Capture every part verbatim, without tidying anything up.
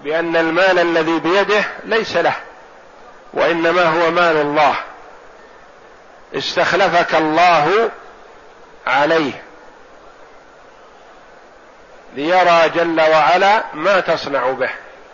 بأن المال الذي بيده ليس له، وإنما هو مال الله، استخلفك الله عليه ليرى جل وعلا ما تصنع به.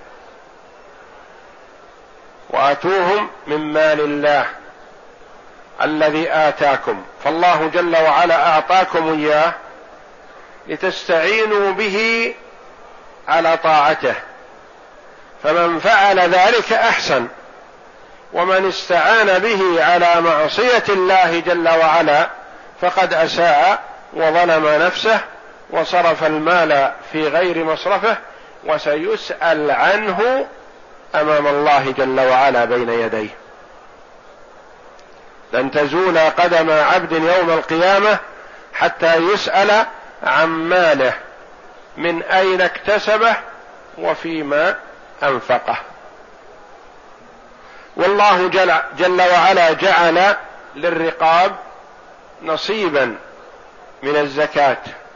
وآتوهم من مال الله الذي آتاكم، فالله جل وعلا أعطاكم إياه لتستعينوا به على طاعته، فمن فعل ذلك أحسن، ومن استعان به على معصية الله جل وعلا فقد أساء وظلم نفسه وصرف المال في غير مصرفه، وسيسأل عنه أمام الله جل وعلا بين يديه. لن تزول قدم عبد يوم القيامة حتى يسأل عن ماله، من أين اكتسبه وفيما أنفقه. والله جل, جل وعلا جعل للرقاب نصيبا من الزكاة،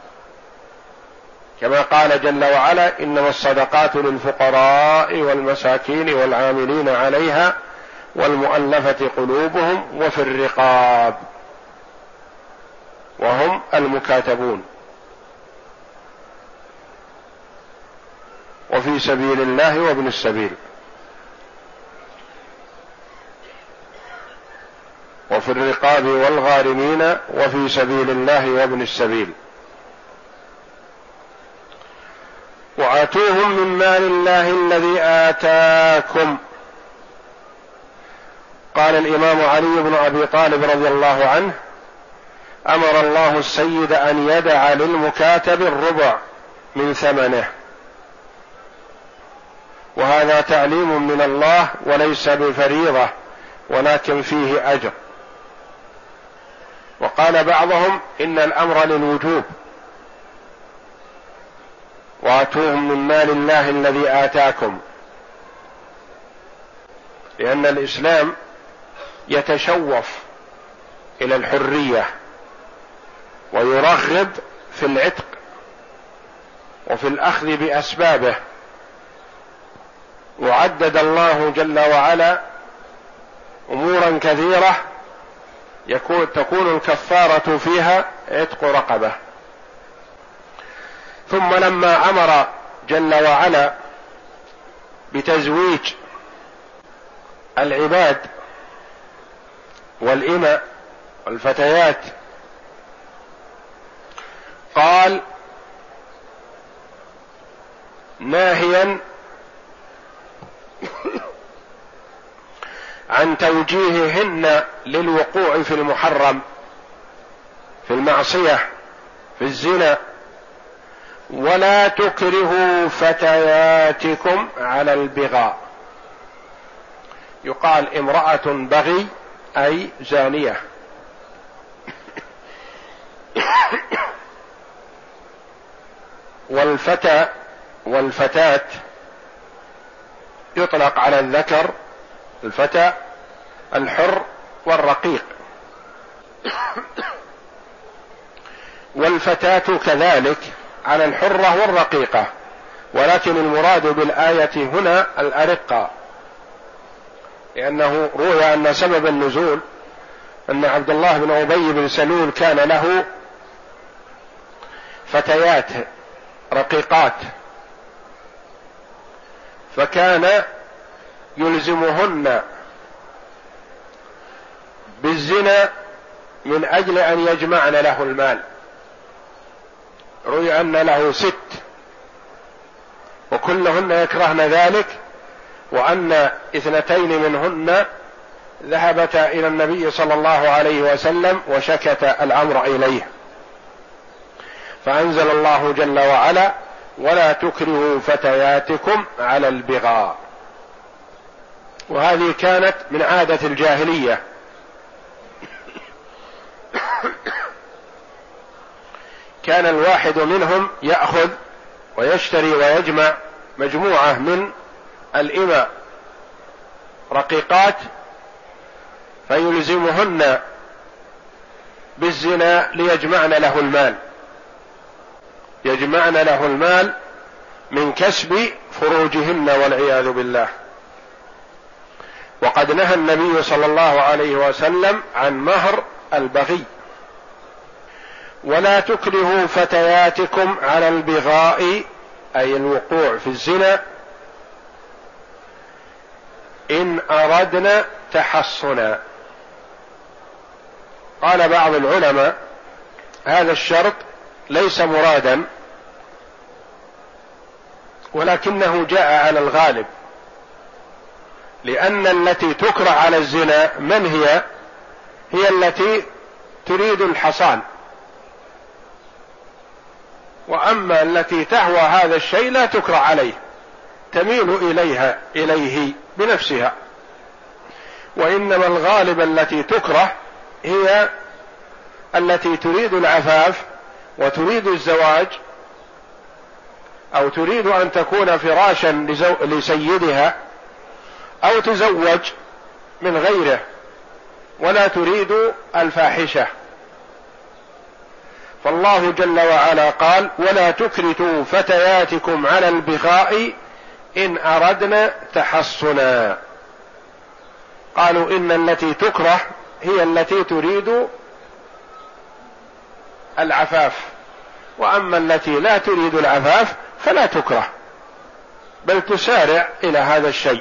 كما قال جل وعلا: إنما الصدقات للفقراء والمساكين والعاملين عليها والمؤلفة قلوبهم وفي الرقاب وهم المكاتبون وفي سبيل الله وابن السبيل. وفي الرقاب والغارمين وفي سبيل الله وابن السبيل. وآتوهم من مال الله الذي آتاكم. قال الإمام علي بن أبي طالب رضي الله عنه: أمر الله السيد أن يدع للمكاتب الربع من ثمنه، وهذا تعليم من الله وليس بفريضة ولكن فيه أجر. وقال بعضهم إن الأمر للوجوب: وآتوهم من مال الله الذي آتاكم، لأن الإسلام يتشوف إلى الحرية ويرغب في العتق وفي الأخذ بأسبابه. وعدد الله جل وعلا أمورا كثيرة يكون تكون الكفارة فيها عتق رقبة. ثم لما أمر جل وعلا بتزويج العباد والإماء والفتيات قال ناهيا عن توجيههن للوقوع في المحرم، في المعصية، في الزنا: ولا تكرهوا فتياتكم على البغاء. يقال امرأة بغي أي زانية. والفتى والفتاة يطلق على الذكر الفتى الحر والرقيق، والفتاة كذلك على الحرة والرقيقة، ولكن المراد بالآية هنا الأرقة، لأنه روي أن سبب النزول أن عبد الله بن أبي بن سلول كان له فتيات رقيقات، فكان يلزمهن بالزنا من أجل أن يجمعن له المال. روي أن له ست وكلهن يكرهن ذلك، وأن اثنتين منهن ذهبتا إلى النبي صلى الله عليه وسلم وشكت الأمر إليه، فأنزل الله جل وعلا: ولا تكرهوا فتياتكم على البغاء. وهذه كانت من عادة الجاهلية، كان الواحد منهم يأخذ ويشتري ويجمع مجموعة من الإماء رقيقات فيلزمهن بالزنا ليجمعن له المال، يجمعن له المال من كسب فروجهن والعياذ بالله. وقد نهى النبي صلى الله عليه وسلم عن مهر البغي. ولا تكرهوا فتياتكم على البغاء أي الوقوع في الزنا إن أردنا تحصنا. قال بعض العلماء هذا الشرط ليس مرادا، ولكنه جاء على الغالب، لأن التي تكره على الزنا من هي؟ هي التي تريد الحصان، وأما التي تهوى هذا الشيء لا تكره عليه، تميل إليها إليه بنفسها. وإنما الغالب التي تكره هي التي تريد العفاف وتريد الزواج، أو تريد أن تكون فراشا لسيدها، أو تزوج من غيره، ولا تريد الفاحشة. فالله جل وعلا قال: ولا تكرهوا فتياتكم على البغاء إن أردنا تحصنا. قالوا إن التي تكره هي التي تريد العفاف، وأما التي لا تريد العفاف فلا تكره، بل تسارع إلى هذا الشيء.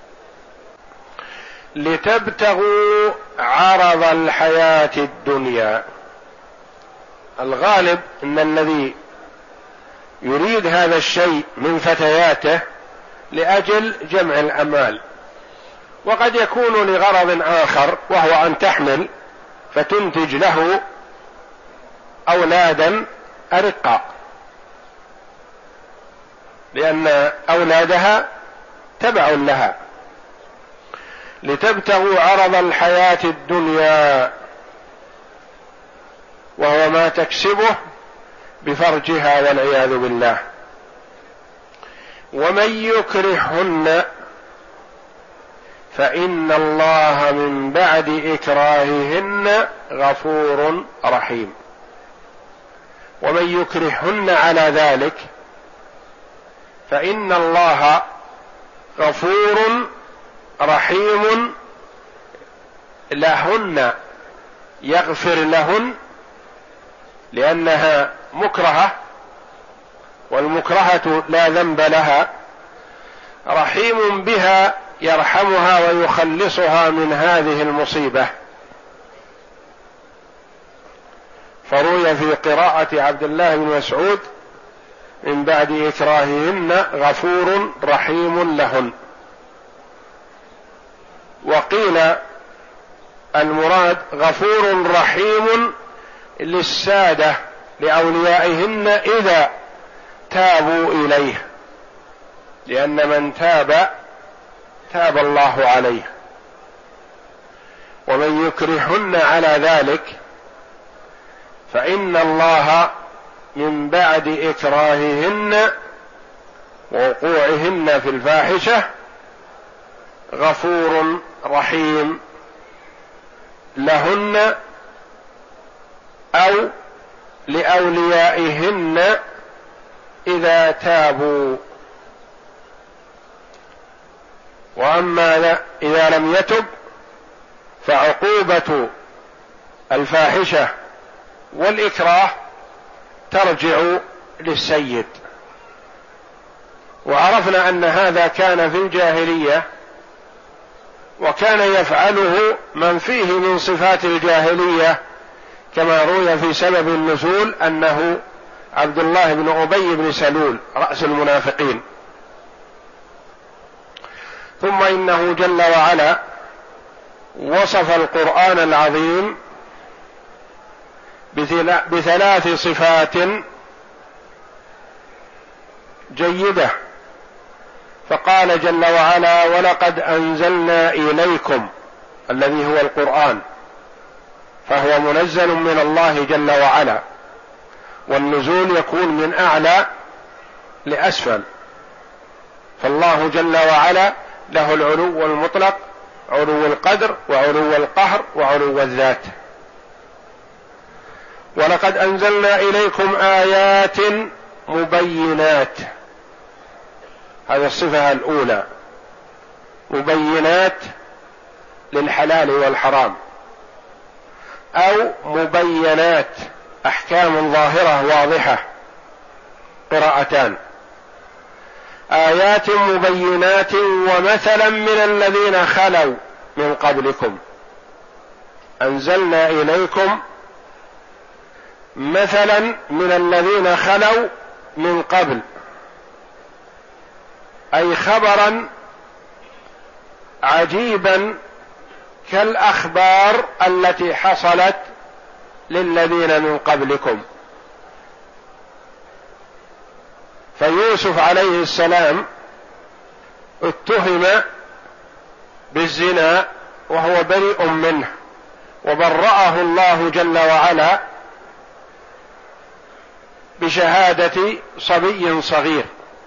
لتبتغوا عرض الحياة الدنيا. الغالب أن الذي يريد هذا الشيء من فتياته لأجل جمع الأموال، وقد يكون لغرض آخر وهو أن تحمل فتنتج له أولادا أرقا، لأن أولادها تبع لها. لتبتغوا عرض الحياة الدنيا، وهو ما تكسبه بفرجها والعياذ بالله. ومن يكرههن فإن الله من بعد إكراههن غفور رحيم. ومن يكرههن على ذلك فإن الله غفور رحيم لهن، يغفر لهن لأنها مكرهة، والمكرهة لا ذنب لها، رحيم بها يرحمها ويخلصها من هذه المصيبة. فروي في قراءة عبد الله بن مسعود: من بعد إكراههن غفور رحيم لهن. وقيل المراد غفور رحيم للسادة لأوليائهن إذا تابوا إليه، لأن من تاب تاب الله عليه. ومن يكرههن على ذلك فإن الله من بعد إكراههن ووقوعهن في الفاحشة غفور رحيم لهن أو لأوليائهن إذا تابوا. وأما إذا لم يتب فعقوبة الفاحشة والإكراه ترجع للسيد. وعرفنا أن هذا كان في الجاهلية، وكان يفعله من فيه من صفات الجاهلية، كما روي في سبب النزول أنه عبد الله بن أبي بن سلول رأس المنافقين. ثم إنه جل وعلا وصف القرآن العظيم بثلاث صفات جيدة، فقال جل وعلا: ولقد أنزلنا إليكم، الذي هو القرآن، فهو منزل من الله جل وعلا، والنزول يكون من أعلى لأسفل، فالله جل وعلا له العلو المطلق، علو القدر وعلو القهر وعلو الذات. ولقد أنزلنا إليكم آيات مبينات، هذه الصفة الأولى، مبينات للحلال والحرام، أو مبينات أحكام ظاهرة واضحة، قراءتان. آيات مبينات ومثلا من الذين خلوا من قبلكم، أنزلنا إليكم مثلا من الذين خلوا من قبل، أي خبرا عجيبا كالأخبار التي حصلت للذين من قبلكم. فيوسف عليه السلام اتهم بالزنا وهو بريء منه، وبرأه الله جل وعلا بشهادة صبي صغير،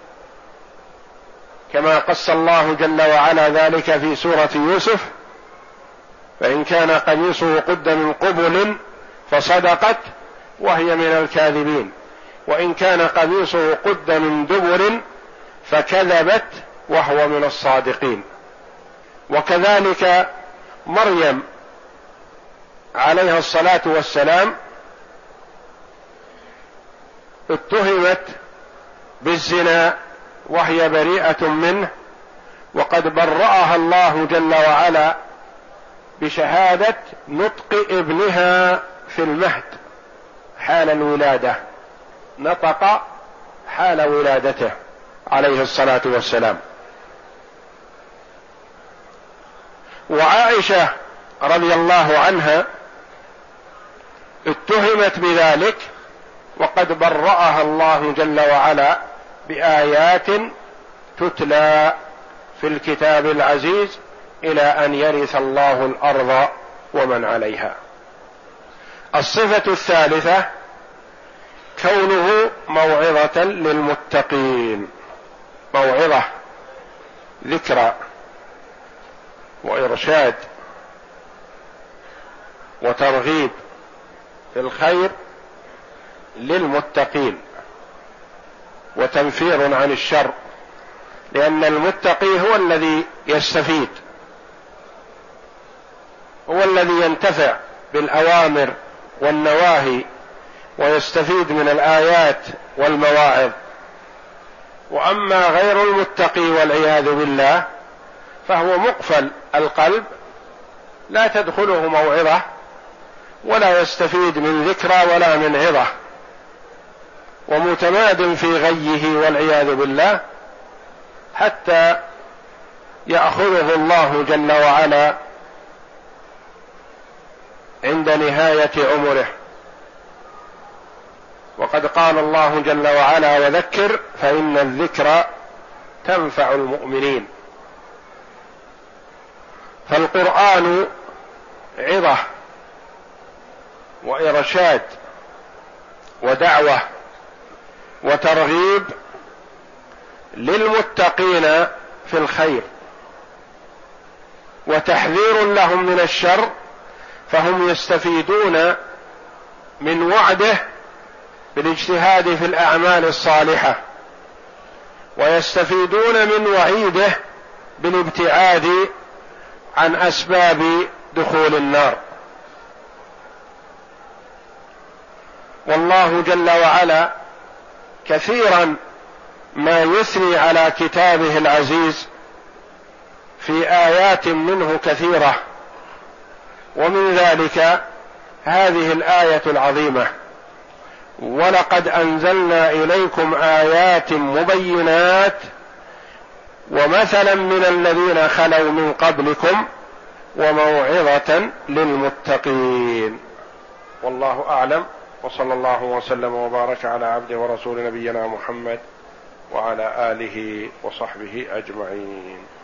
كما قص الله جل وعلا ذلك في سورة يوسف: فإن كان قميصه قد من قبل فصدقت وهي من الكاذبين، وإن كان قميصه قد من دبر فكذبت وهو من الصادقين. وكذلك مريم عليها الصلاة والسلام اتهمت بالزنا وهي بريئة منه، وقد برأها الله جل وعلا بشهادة نطق ابنها في المهد حال الولادة، نطق حال ولادته عليه الصلاة والسلام. وعائشة رضي الله عنها اتهمت بذلك، وقد برأها الله جل وعلا بآيات تتلى في الكتاب العزيز إلى أن يرث الله الأرض ومن عليها. الصفة الثالثة كونه موعظة للمتقين، موعظة ذكرى وإرشاد وترغيب في الخير للمتقين، وتنفير عن الشر، لأن المتقي هو الذي يستفيد، هو الذي ينتفع بالأوامر والنواهي ويستفيد من الآيات والمواعظ. وأما غير المتقي والعياذ بالله فهو مقفل القلب، لا تدخله موعظة ولا يستفيد من ذكرى ولا من عظة، ومتماد في غيه والعياذ بالله، حتى يأخذه الله جل وعلا عند نهاية عمره. وقد قال الله جل وعلا: وذكر فإن الذكرى تنفع المؤمنين. فالقرآن عظة وإرشاد ودعوة وترغيب للمتقين في الخير، وتحذير لهم من الشر، فهم يستفيدون من وعده بالاجتهاد في الأعمال الصالحة، ويستفيدون من وعيده بالابتعاد عن أسباب دخول النار. والله جل وعلا كثيرا ما يثني على كتابه العزيز في آيات منه كثيرة، ومن ذلك هذه الآية العظيمة: ولقد أنزلنا إليكم آيات مبينات ومثلا من الذين خلوا من قبلكم وموعظة للمتقين. والله أعلم، وصلى الله وسلم وبارك على عبده ورسول نبينا محمد وعلى آله وصحبه أجمعين.